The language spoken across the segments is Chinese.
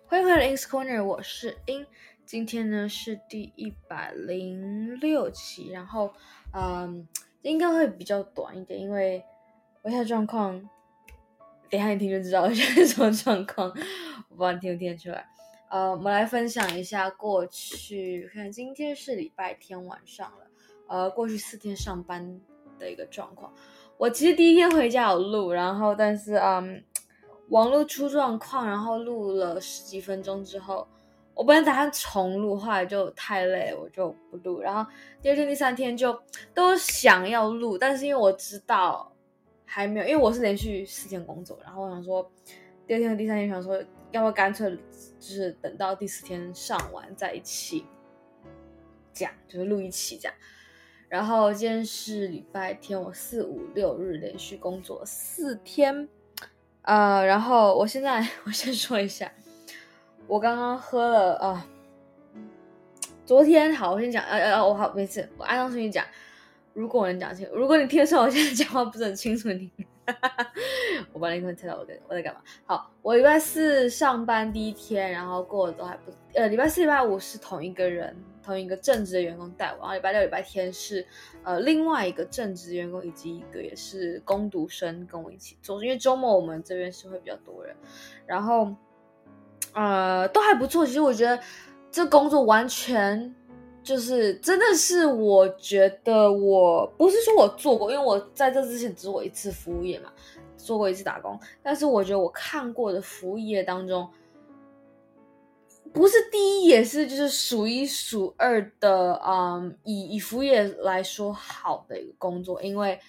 欢迎回来 In's Corner， 我是英。今天呢是第106期，然后应该会比较短一点，因为我现在状况，等一下你听就知道我现在是什么状况，我不知道你听不听得出来。我们来分享一下过去，看今天是礼拜天晚上了，过去4天上班的一个状况。我其实第一天回家有录，然后但是网络出状况，然后录了10几分钟之后，我本来打算重录，后来就太累了，我就不录。然后第2天、第3天就都想要录，但是因为我知道还没有，因为我是连续4天工作，然后我想说第2天和第3天想说，要不要干脆就是等到第4天上完再一起讲，就是录一期这样。然后今天是礼拜天，我4、5、6日连续工作4天。然后我先说一下，我刚刚喝了昨天好，我先讲我好没事，我按照顺序讲。如果我能讲清楚，如果你听得出来我现在讲话不是很清楚，你我帮你猜到我在干嘛。好，我礼拜4上班第一天，然后过得都还不礼拜4、礼拜5是同一个正职的员工带我，然后礼拜6、礼拜天是另外一个正职员工以及一个也是工读生跟我一起做，因为周末我们这边是会比较多人，然后都还不错。其实我觉得这工作完全就是真的是，我觉得我不是说我做过，因为我在这之前只做过一次服务业嘛，做过一次打工，但是我觉得我看过的服务业当中，不是第一也是就是数1数2的，以服务业来说好的一个工作，因为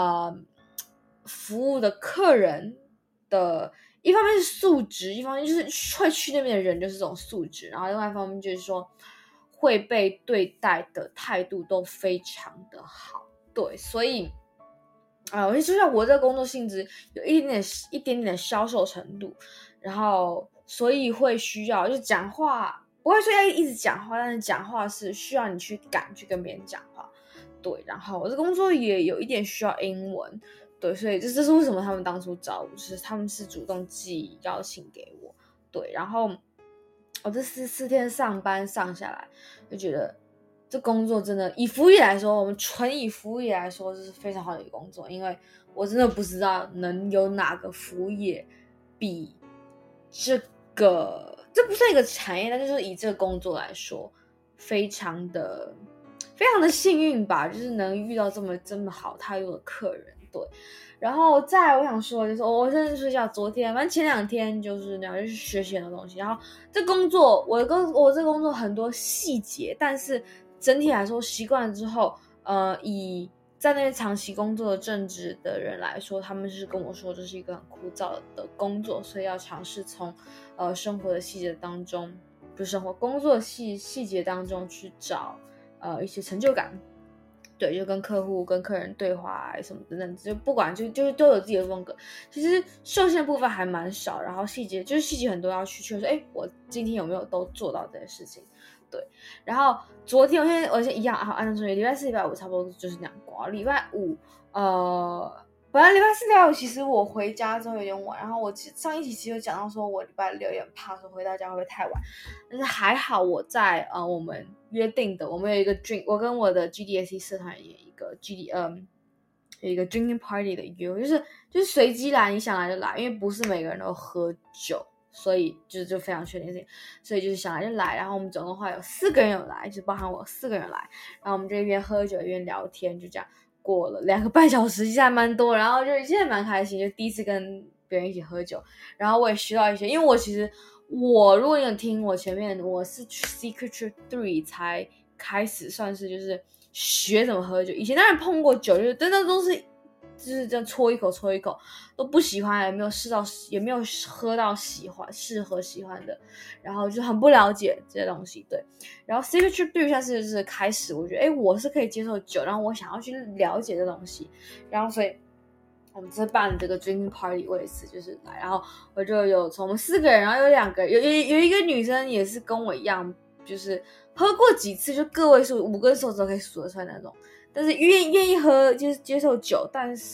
服务的客人的一方面是素质，一方面就是会去那边的人就是这种素质，然后另外一方面就是说会被对待的态度都非常的好，对，所以我就说我这个工作性质有一点点的销售程度，然后所以会需要就讲话，不会说要一直讲话，但是讲话是需要你去敢去跟别人讲话，对，然后我这工作也有一点需要英文，对，所以这是为什么他们当初找我，就是他们是主动寄邀请给我，对，然后我这4天上班上下来，就觉得这工作真的以服务业来说，我们纯以服务业来说，这是非常好的一个工作，因为我真的不知道能有哪个服务业比这不算一个产业，但就是以这个工作来说，非常的幸运吧，就是能遇到这么好态度的客人，对。然后再来我想说就是我甚至说一下昨天，反正前2天就是那样，就是学习很多东西。然后这工作我这工作很多细节，但是整体来说习惯了之后，以在那边长期工作的正职的人来说，他们是跟我说这是一个很枯燥的工作，所以要尝试从生活的细节当中，不是生活工作的细节当中去找一些成就感。对，就跟客户、跟客人对话啊什么等等，就不管就是都有自己的风格。其实受限的部分还蛮少，然后细节很多要去说，我今天有没有都做到这些事情？对，然后昨天我先一样，按照顺序，礼拜4、礼拜5差不多就是那样过。礼拜5，本来礼拜4、礼拜5其实我回家之后有点晚，然后我上一期其实有讲到说我礼拜6有点怕说回到家会不会太晚，但是还好我在我们约定的，我们有一个我跟我的 GDSC 社团有一个有一个 drinking party 的约，就是随机来，你想来就来，因为不是每个人都喝酒，所以就非常确定性，所以就是想来就来。然后我们总共话有4个人有来，就包含我4个人来，然后我们就一边喝酒一边聊天，就这样过了2个半小时，其实还蛮多，然后就现在蛮开心，就第一次跟别人一起喝酒，然后我也学到一些，因为如果你有听我前面，我是 Secret 3才开始算是就是学怎么喝酒，以前当然碰过酒，就是真的都是就是这样搓一口都不喜欢，也没有喝到适合喜欢的，然后就很不了解这些东西，对。然后 Secret Trip 对于下次就是开始，我觉得我是可以接受酒，然后我想要去了解这东西，然后所以我们这办这个 drinking party 我也是就是来，然后我就有从我们4个人，然后有2个有一个女生也是跟我一样，就是喝过几次就个位数5根手指头可以数得出来那种，但是愿意喝就是接受酒，但是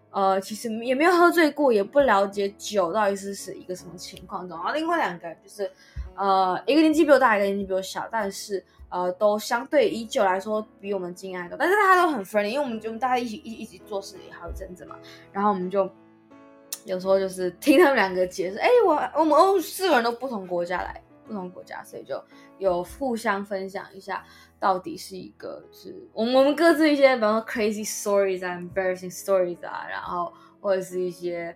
其实也没有喝醉过，也不了解酒到底是一个什么情况。然后另外2个人就是一个年纪比我大，一个年纪比我小，但是都相对以酒来说比我们经验还多，但是大家都很 friendly，因为我们大家一起做事也好一阵子嘛，然后我们就有时候就是听他们2个解释，我们4个人都不同国家，所以就有互相分享一下，到底是一个是我们各自一些，比方说 crazy stories 啊 ，embarrassing stories 啊，然后或者是一些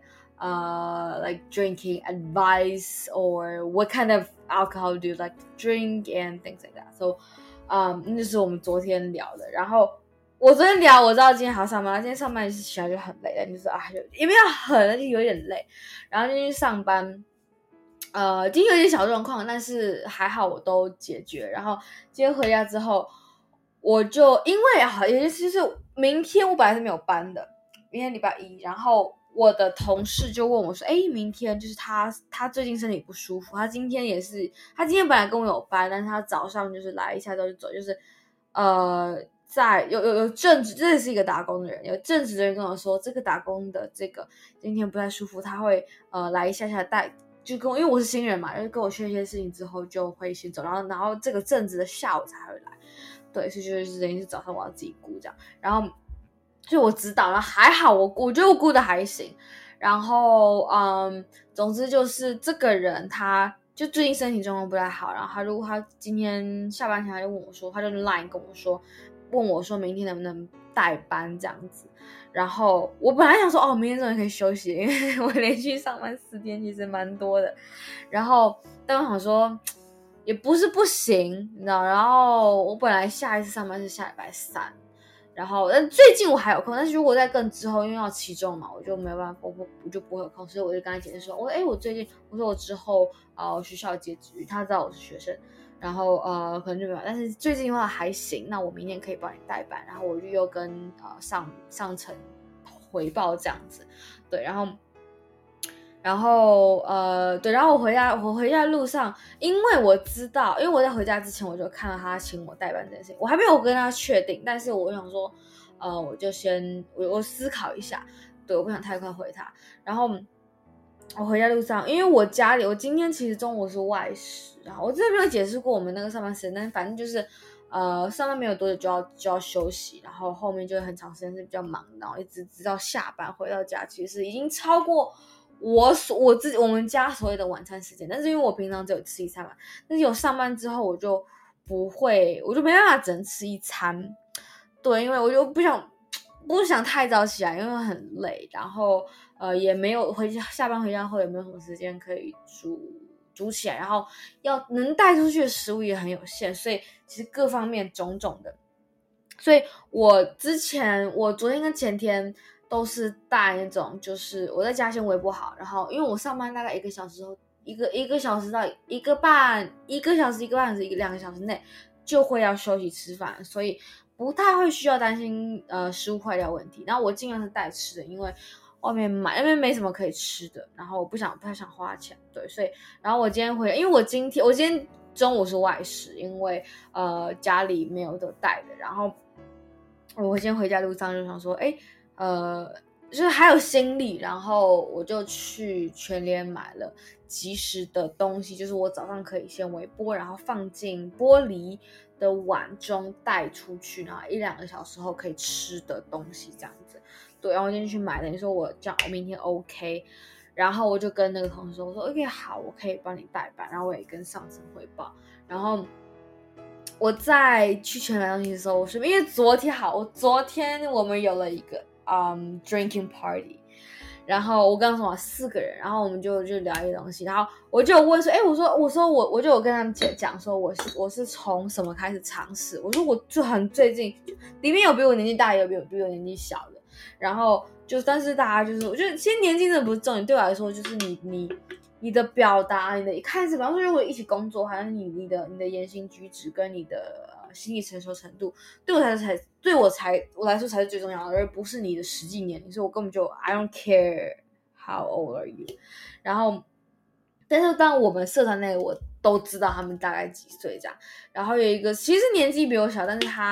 like drinking advice or what kind of alcohol do you like to drink and things like that. So 那就是我们昨天聊的，然后。我昨天聊，我知道今天还要上班，今天上班起来就很累，但就是也没有很，就有点累。然后就去上班，今天有点小状况，但是还好我都解决。然后今天回家之后，我就因为也就是明天我本来是没有班的，明天礼拜1，然后我的同事就问我说：“哎，明天就是他最近身体不舒服，他今天本来跟我有班，但是他早上就是来一下之后就走，就是在有正职，这是一个打工的人，有正职的人跟我说，这个打工的这个今天不太舒服，他会来一下下带，就跟我，因为我是新人嘛，就是跟我确认一些事情之后就会先走，然后这个正职的下午才会来，对，所以就是等于是早上我要自己顾这样，然后所以我知道，然后还好我觉得我顾的还行，然后总之就是这个人他就最近身体状况不太好，然后如果他今天下班前他就问我说，他就 Line 跟我说。问我说明天能不能代班这样子，然后我本来想说明天终于可以休息，因为我连续上班4天其实蛮多的，然后但我想说也不是不行，你知道，然后我本来下一次上班是下礼拜3，然后但最近我还有空，但是如果在更之后，因为要期中嘛，我就没有办法，我就不会有空，所以我就跟他解释说，我最近我之后学校截止日，他知道我是学生。然后可能就没有，但是最近的话还行，那我明天可以帮你代班，然后我就又跟上层回报这样子，对，然后对，然后我回家的路上，因为我知道，因为我在回家之前我就看到他请我代班这件事情，我还没有跟他确定，但是我想说，我就先我思考一下，对，我不想太快回他，然后。我回家路上，因为我今天其实中午是外食，然后我之前没有解释过我们那个上班时间，但反正就是上班没有多久就要休息，然后后面就会很长时间是比较忙，然后一直到下班回到家，其实已经超过我们家所谓的晚餐时间，但是因为我平常只有吃一餐嘛，但是有上班之后我就没办法只能吃一餐，对，因为我就不想太早起来，因为很累，然后也没有下班回家后也没有什么时间可以煮起来，然后要能带出去的食物也很有限，所以其实各方面种种的，所以我昨天跟前天都是带那种，就是我在家先微波好，然后因为我上班大概1个小时后，一个小时到1个半小时2个小时内就会要休息吃饭，所以不太会需要担心食物坏掉问题。然后我尽量是带吃的，因为外面买那边没什么可以吃的，然后我不太想花钱，对，所以然后我今天回来，因为我今天中午是外食，因为家里没有得带的，然后我今天回家路上就想说，就是还有心力，然后我就去全联买了即食的东西，就是我早上可以先微波，然后放进玻璃的碗中带出去，然后1-2个小时后可以吃的东西这样子。对，然后我今天去买，等于说我明天 OK， 然后我就跟那个同事说，我说 OK 好，我可以帮你代班，然后我也跟上层汇报，然后我在去全买东西的时候，因为昨天我们有了一个drinking party， 然后我刚刚说4个人，然后我们就聊一个东西，然后我就有问说，我就有跟他们讲说我是从什么开始尝试，我说我就很最近里面有比我年纪大，也有比我年纪小的，然后但是大家就是我觉得其实年纪真的不是重点，对我来说就是你的表达，你的一开始，比方说如果一起工作，还是你的言行举止跟你的心理承受程度，对我来说才是最重要的，而不是你的实际年龄。所以我根本就 I don't care how old are you。然后，但是当我们社团内我都知道他们大概几岁这样。然后有一个其实年纪比我小，但是他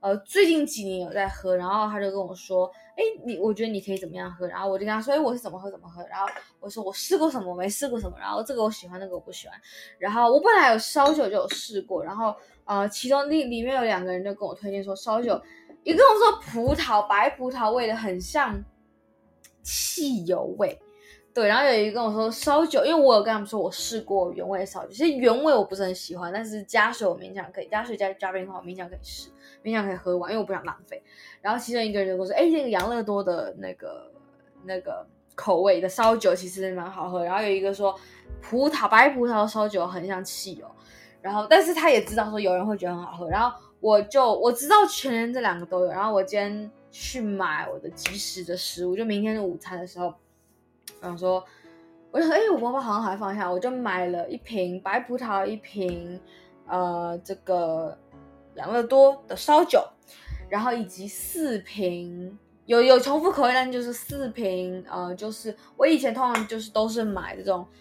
最近几年有在喝，然后他就跟我说，我觉得你可以怎么样喝，然后我就跟他说，我是怎么喝，然后我说我试过什么，我没试过什么，然后这个我喜欢，那个我不喜欢，然后我本来有烧酒就有试过，然后其中里面有2个人就跟我推荐说烧酒，也跟我说白葡萄味的很像汽油味。对，然后有一个跟我说烧酒，因为我有跟他们说我试过原味烧酒，其实原味我不是很喜欢，但是加水我勉强可以，加水加冰块我勉强可以试，勉强可以喝完，因为我不想浪费。然后其中一个人就跟我说，这个养乐多的那个口味的烧酒其实蛮好喝。然后有一个说白葡萄烧酒很像汽油，然后但是他也知道说有人会觉得很好喝，然后我知道全联这2个都有，然后我今天去买我的即食的食物，就明天的午餐的时候。我就说，我包包好像还放下，我就买了1瓶白葡萄，1瓶这个养乐多的烧酒，然后以及4瓶有重复口味，但就是4瓶就是我以前通常就是都是买这种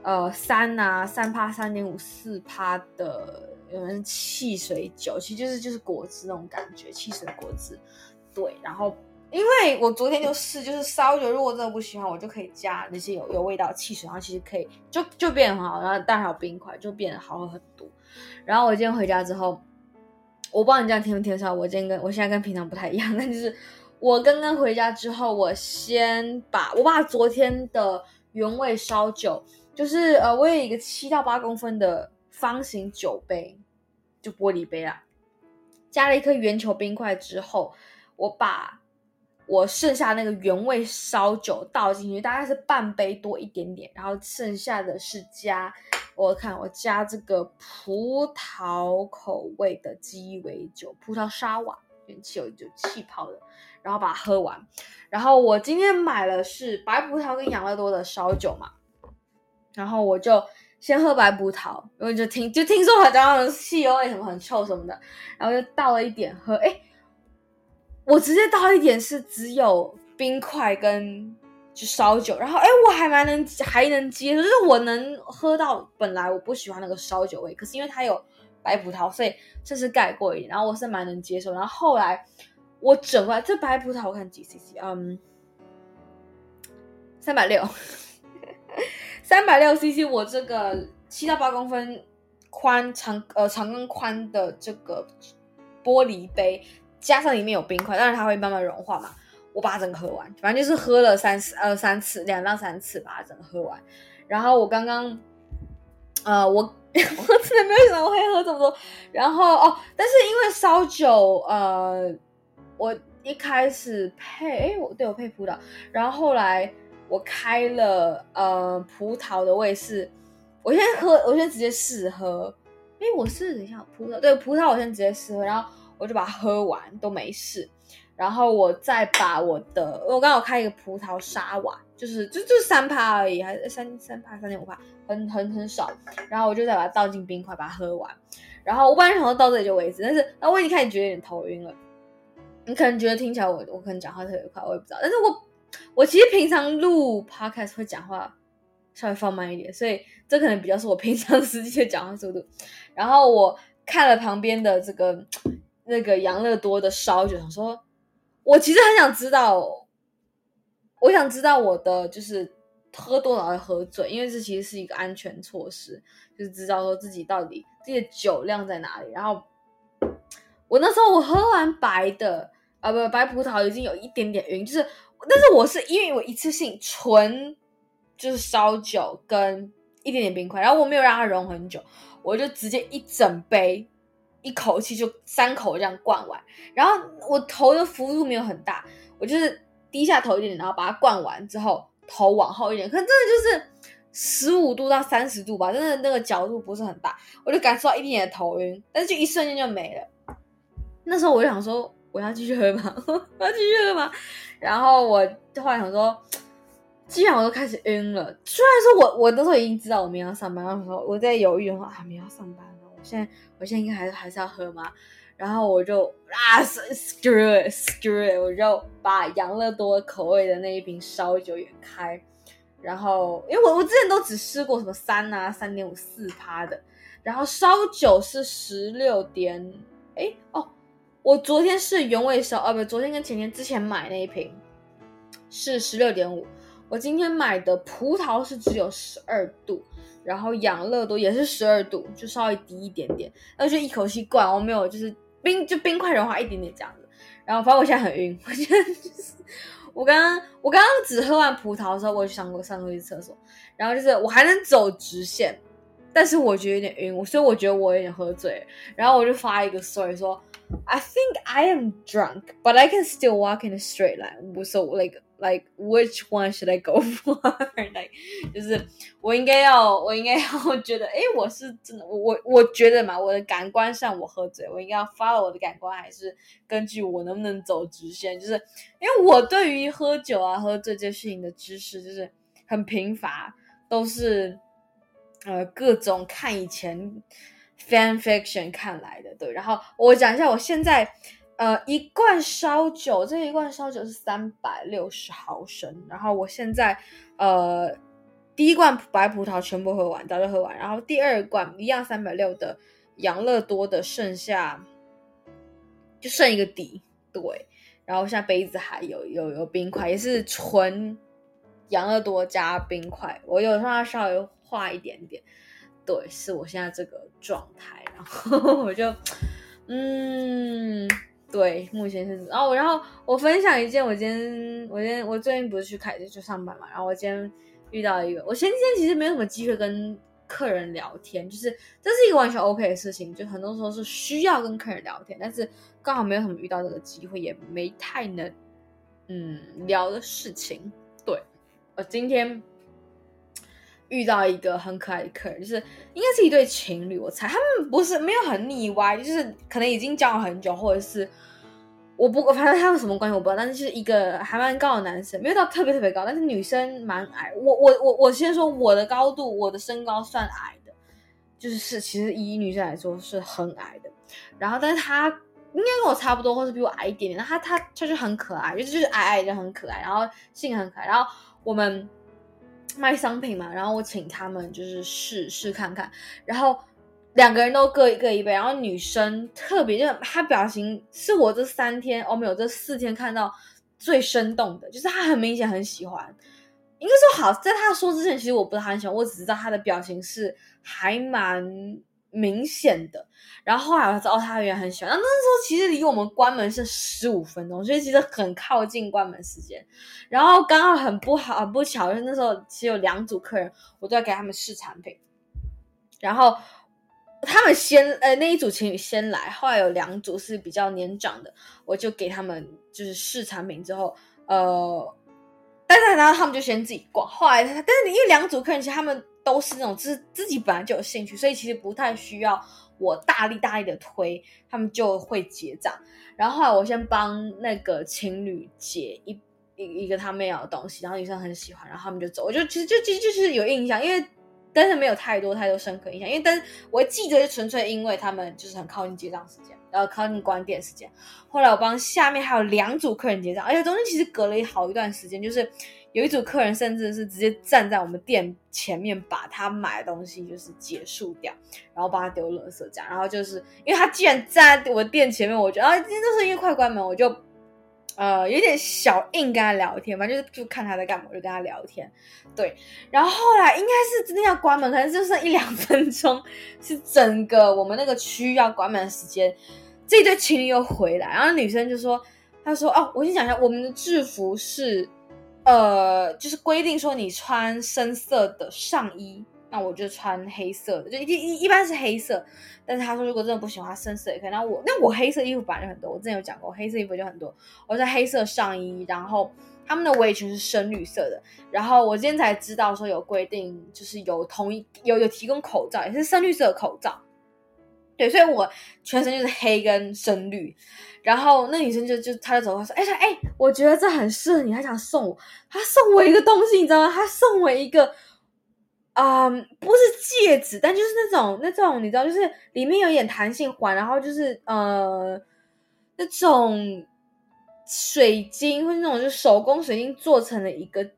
3%、3.5%、4%的汽水酒，其实就是果汁那种感觉，汽水果汁，对，然后。因为我昨天就是烧酒，如果真的不喜欢，我就可以加那些有味道的汽水，然后其实可以就变得很好，然后当然还有冰块，就变得好喝很多。然后我今天回家之后，我不知道你这样听不听得出来，我现在跟平常不太一样，但就是我刚刚回家之后，我把昨天的原味烧酒，就是我有一个7到8公分的方形酒杯，就玻璃杯啦，加了一颗圆球冰块之后，我把我剩下那个原味烧酒倒进去，大概是半杯多一点点，然后剩下的是我加这个葡萄口味的鸡尾酒，葡萄沙瓦，有气泡的，然后把它喝完。然后我今天买了是白葡萄跟养乐多的烧酒嘛，然后我就先喝白葡萄，因为就听说好像汽油味什么很臭什么的，然后就倒了一点喝，我直接倒一点是只有冰块跟就烧酒，然后我还能接受，就是我能喝到本来我不喜欢那个烧酒味，可是因为它有白葡萄，所以这是盖过一点，然后我是蛮能接受。然后后来我整回来这白葡萄我看几 cc， 360 360 cc， 我这个7到8公分长跟宽的这个玻璃杯。加上里面有冰块，当然它会慢慢融化嘛。我把它整个喝完，反正就是喝了3次，2到3次把它整个喝完。然后我刚刚，我真的没有想到我会喝这么多。然后但是因为烧酒，我一开始我配葡萄，然后后来我开了葡萄的味是，我先直接试喝。我是等一下葡萄我先直接试喝，然后。我就把它喝完都没事，然后我再把我刚刚有开一个葡萄沙瓦，就是3%而已，还是3%、3.5%，很少。然后我就再把它倒进冰块，把它喝完。然后我本来想说到这里就为止，但是我已经开始觉得有点头晕了。你可能觉得听起来我可能讲话特别快，我也不知道。但是我其实平常录 podcast 会讲话稍微放慢一点，所以这可能比较是我平常实际的讲话速度。然后我看了旁边的这个。那个养乐多的烧酒，想说，我其实很想知道，我想知道我的就是喝多少会喝醉，因为这其实是一个安全措施，就是知道说自己到底自己的酒量在哪里。然后我那时候我喝完白葡萄已经有一点点晕，就是，但是我是因为我一次性纯就是烧酒跟一点点冰块，然后我没有让它融很久，我就直接一整杯。一口气就3口这样灌完，然后我头的幅度没有很大，我就是低下头一点，然后把它灌完之后头往后一点，可能真的就是15度到30度吧，真的那个角度不是很大，我就感受到一点点的头晕，但是就一瞬间就没了。那时候我就想说我要继续喝吗？我要继续喝吗？然后我后来想说，既然我都开始晕了，虽然说我那时候已经知道我明天要上班，然后我在犹豫的话，明天要上班。我现在应该还是要喝吗？然后我就screw it， 我就把养乐多口味的那一瓶烧酒也开。然后因为我之前都只试过什么3%、3.5%、4%的，然后烧酒是16点我昨天是原味烧，不，昨天跟前天之前买那一瓶是 16.5， 我今天买的葡萄是只有12度，然后养乐多也是12度，就稍微低一点点，然后就一口气灌，我没有就是冰块融化一点点这样子，然后反正我现在很晕，我觉得就是我刚刚只喝完葡萄的时候，我去上过一次厕所，然后就是我还能走直线，但是我觉得有点晕，所以我觉得我有点喝醉，然后我就发一个 story 说 I think I am drunk, but I can still walk in a straight line. So like which one should I go for? Like 就是我应该要觉得，我是真的，我觉得嘛，我的感官上我喝醉，我应该要 follow 我的感官，还是根据我能不能走直线？就是因为我对于喝酒啊、喝醉这些事情的知识就是很贫乏，都是各种看以前 fan fiction 看来的，对。然后我讲一下，我现在一罐烧酒，这一罐烧酒是360毫升，然后我现在第一罐白葡萄全部喝完，早就喝完，然后第二罐一样360的养乐多的剩下就剩一个底，对。然后现在杯子还有冰块，也是纯养乐多加冰块，我有让它稍微化一点点，对，是我现在这个状态，然后我就对，目前是然后我分享一件，我最近不是去上班嘛，然后我今天遇到一个，我前几天其实没有什么机会跟客人聊天，就是这是一个完全 OK 的事情，就很多时候是需要跟客人聊天，但是刚好没有什么遇到这个机会，也没太能聊的事情。对，我今天遇到一个很可爱的客人，就是应该是一对情侣，我猜他们没有很腻歪，就是可能已经交往很久，或者是反正他有什么关系我不知道，但是就是一个还蛮高的男生，没有到特别特别高，但是女生蛮矮。我先说我的高度，我的身高算矮的，就是其实以女生来说是很矮的。然后但是他应该跟我差不多，或是比我矮一点点。他就很可爱，就是矮矮的很可爱，然后性格很可爱。然后我们卖商品嘛，然后我请他们就是试看看，然后两个人都各一杯，然后女生特别就是她表情是我这4天看到最生动的，就是她很明显很喜欢。应该说好，在她说之前，其实我不知道她很喜欢，我只知道她的表情是还蛮明显的。然后后来我才知道她原来很喜欢。那时候其实离我们关门是15分钟，所以其实很靠近关门时间。然后刚好很不巧，就是那时候其实有2组客人，我都在给他们试产品，然后他们那一组情侣先来，后来有2组是比较年长的，我就给他们就是试产品之后，但是然后他们就先自己逛，后来但是因为2组客人其实他们都是那种自己本来就有兴趣，所以其实不太需要我大力的推，他们就会结账。然后后来我先帮那个情侣结一个他们要的东西，然后女生很喜欢，然后他们就走，我就其实就是有印象，因为但是没有太多深刻印象，因为但是我记得就纯粹因为他们就是很靠近结账时间，靠近关店时间。后来我帮下面还有2组客人结账，而且中间其实隔了好一段时间，就是有一组客人甚至是直接站在我们店前面把他买的东西就是结束掉，然后帮他丢垃圾这样。然后就是因为他既然站在我店前面，我觉得今天就是因为快关门，我就有点小硬跟他聊天，反正就看他在干嘛，我就跟他聊天。对，然后后来应该是真的要关门，可能就剩1-2分钟，是整个我们那个区要关门的时间，这对情侣又回来，然后女生就说，她说我先讲一下，我们的制服是就是规定说你穿深色的上衣，那我就穿黑色的，就一般是黑色，但是他说如果真的不喜欢深色也可以。那我黑色衣服本来就很多，我之前有讲过黑色衣服就很多，我在黑色上衣，然后他们的围裙是深绿色的，然后我今天才知道说有规定，就是有提供口罩，也是深绿色的口罩。对，所以我全身就是黑跟深绿，然后那女生她就走过来说，我觉得这很适合你，她想送我，她送我一个东西，你知道吗？她送我一个不是戒指，但就是那种你知道，就是里面有点弹性环，然后就是那种水晶或者那种就手工水晶做成了一个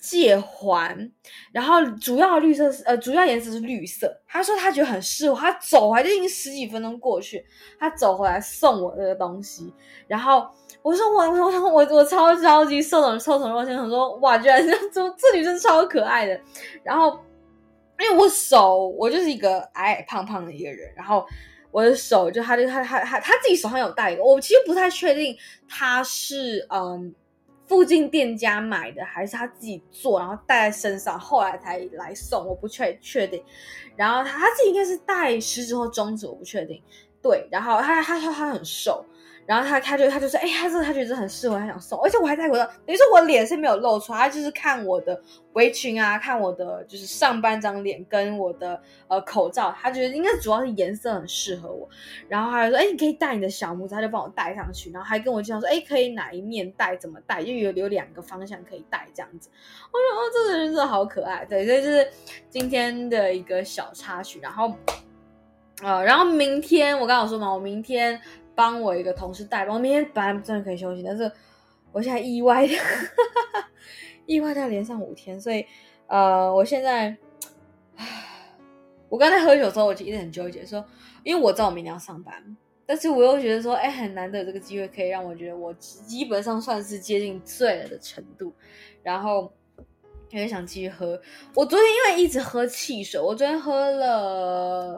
戒环，然后主要颜色是绿色。他说他觉得很适合，他走回来就已经10几分钟过去，他走回来送我这个东西，然后我说我超级受宠若惊，想说哇，居然这女生超可爱的。然后因为我就是一个矮矮胖胖的一个人，然后我的手就他自己手上有带一个，我其实不太确定他是附近店家买的还是他自己做，然后带在身上，后来才来送，我不确定。然后他自己应该是带食指或中指，我不确定。对，然后他说他很瘦，然后他就说，他觉得很适合，他想送，而且我还戴口罩，等于说我脸是没有露出来，他就是看我的围裙啊，看我的就是上半张脸跟我的口罩，他觉得应该主要是颜色很适合我，然后他就说，你可以戴你的小拇指，他就帮我戴上去，然后还跟我介绍说，可以哪一面戴，怎么戴，就有2个方向可以戴这样子。我说这个人真的好可爱，对，所以就是今天的一个小插曲，然后明天我刚刚有说嘛，我明天帮我一个同事代班，我明天本来真的可以休息，但是我现在意外的要连上5天，所以我现在我刚才喝酒之后，我就一直很纠结，说因为我知道我明天要上班，但是我又觉得说，很难得有这个机会可以让我觉得我基本上算是接近醉了的程度，然后有点想继续喝。我昨天因为一直喝汽水，我昨天喝了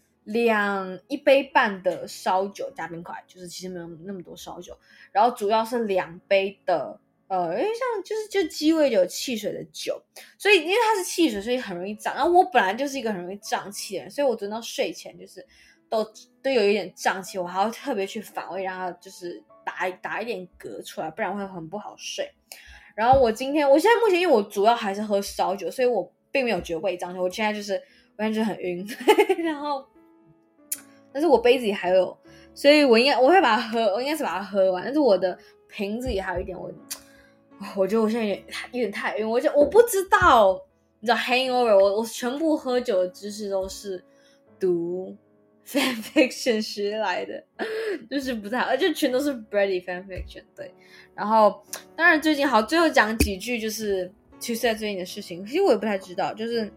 1杯半的烧酒加冰块，就是其实没有那么多烧酒，然后主要是2杯的因为像就鸡尾酒汽水的酒，所以因为它是汽水，所以很容易胀。然后我本来就是一个很容易胀气的人，所以我昨天到睡前就是都有一点胀气，我还要特别去反胃，让它就是打一点嗝出来，不然会很不好睡。然后我现在目前因为我主要还是喝烧酒，所以我并没有觉得胃胀气，我现在就是很晕，然后但是我杯子里还有，所以我应该是把它喝完，但是我的瓶子里还有一点，我觉得我现在有点太晕，我不知道，你知道 hangover， 我全部喝酒的知识都是读 fanfiction 学来的，就是不太好，而且全都是 Brady fanfiction， 对。然后当然最后讲几句就是其实在最近的事情，其实我也不太知道，就是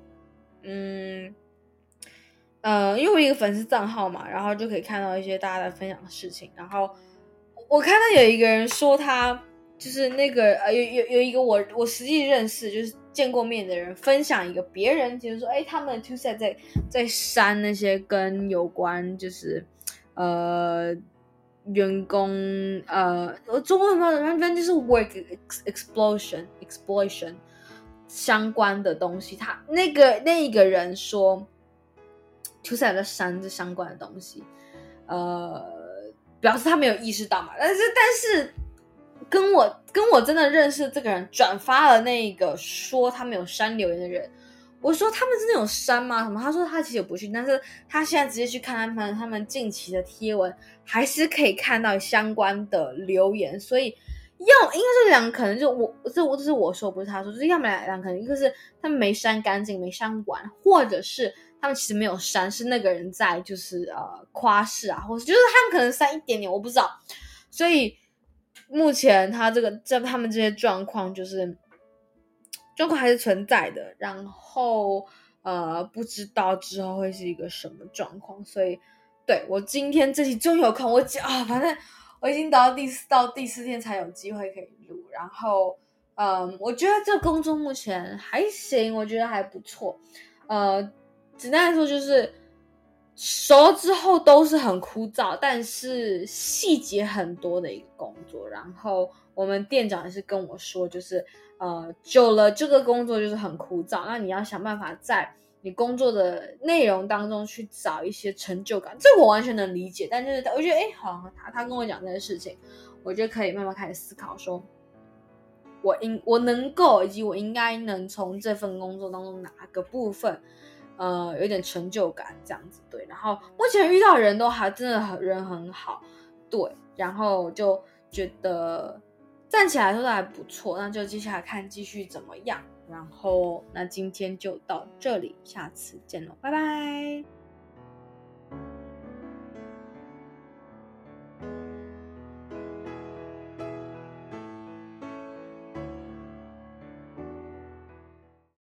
因为我有一个粉丝账号嘛，然后就可以看到一些大家在分享的事情，然后我看到有一个人说他就是那个有一个我实际认识就是见过面的人分享一个别人就是说他们 2set 在删那些跟有关就是员工中文嘛，反正就是 work exploitation 相关的东西，他那一个人说2set 在删这相关的东西，表示他没有意识到嘛，但是跟我真的认识这个人转发了那个说他没有删留言的人，我说他们真的有删吗？什么？他说他其实有不去，但是他现在直接去看他们近期的贴文，还是可以看到相关的留言，所以应该是2个可能这是我说不是他说，就是要么2可能一个是他们没删干净没删完，或者是他们其实没有删，是那个人在就是夸饰啊，或是就是他们可能删一点点，我不知道。所以目前他他们这些状况还是存在的，然后不知道之后会是一个什么状况，所以对我今天这期终于有空，反正我已经到第4天才有机会可以录，然后我觉得这个工作目前还行，我觉得还不错，简单来说就是熟了之后都是很枯燥，但是细节很多的一个工作。然后我们店长也是跟我说，就是久了这个工作就是很枯燥，那你要想办法在你工作的内容当中去找一些成就感。这我完全能理解，但就是我觉得好，他跟我讲这件事情，我就可以慢慢开始思考说，我能够以及我应该能从这份工作当中哪个部分有点成就感这样子，对。然后目前遇到的人都还真的人很好，对，然后就觉得站起来说都还不错，那就接下来看继续怎么样。然后那今天就到这里，下次见了，拜拜。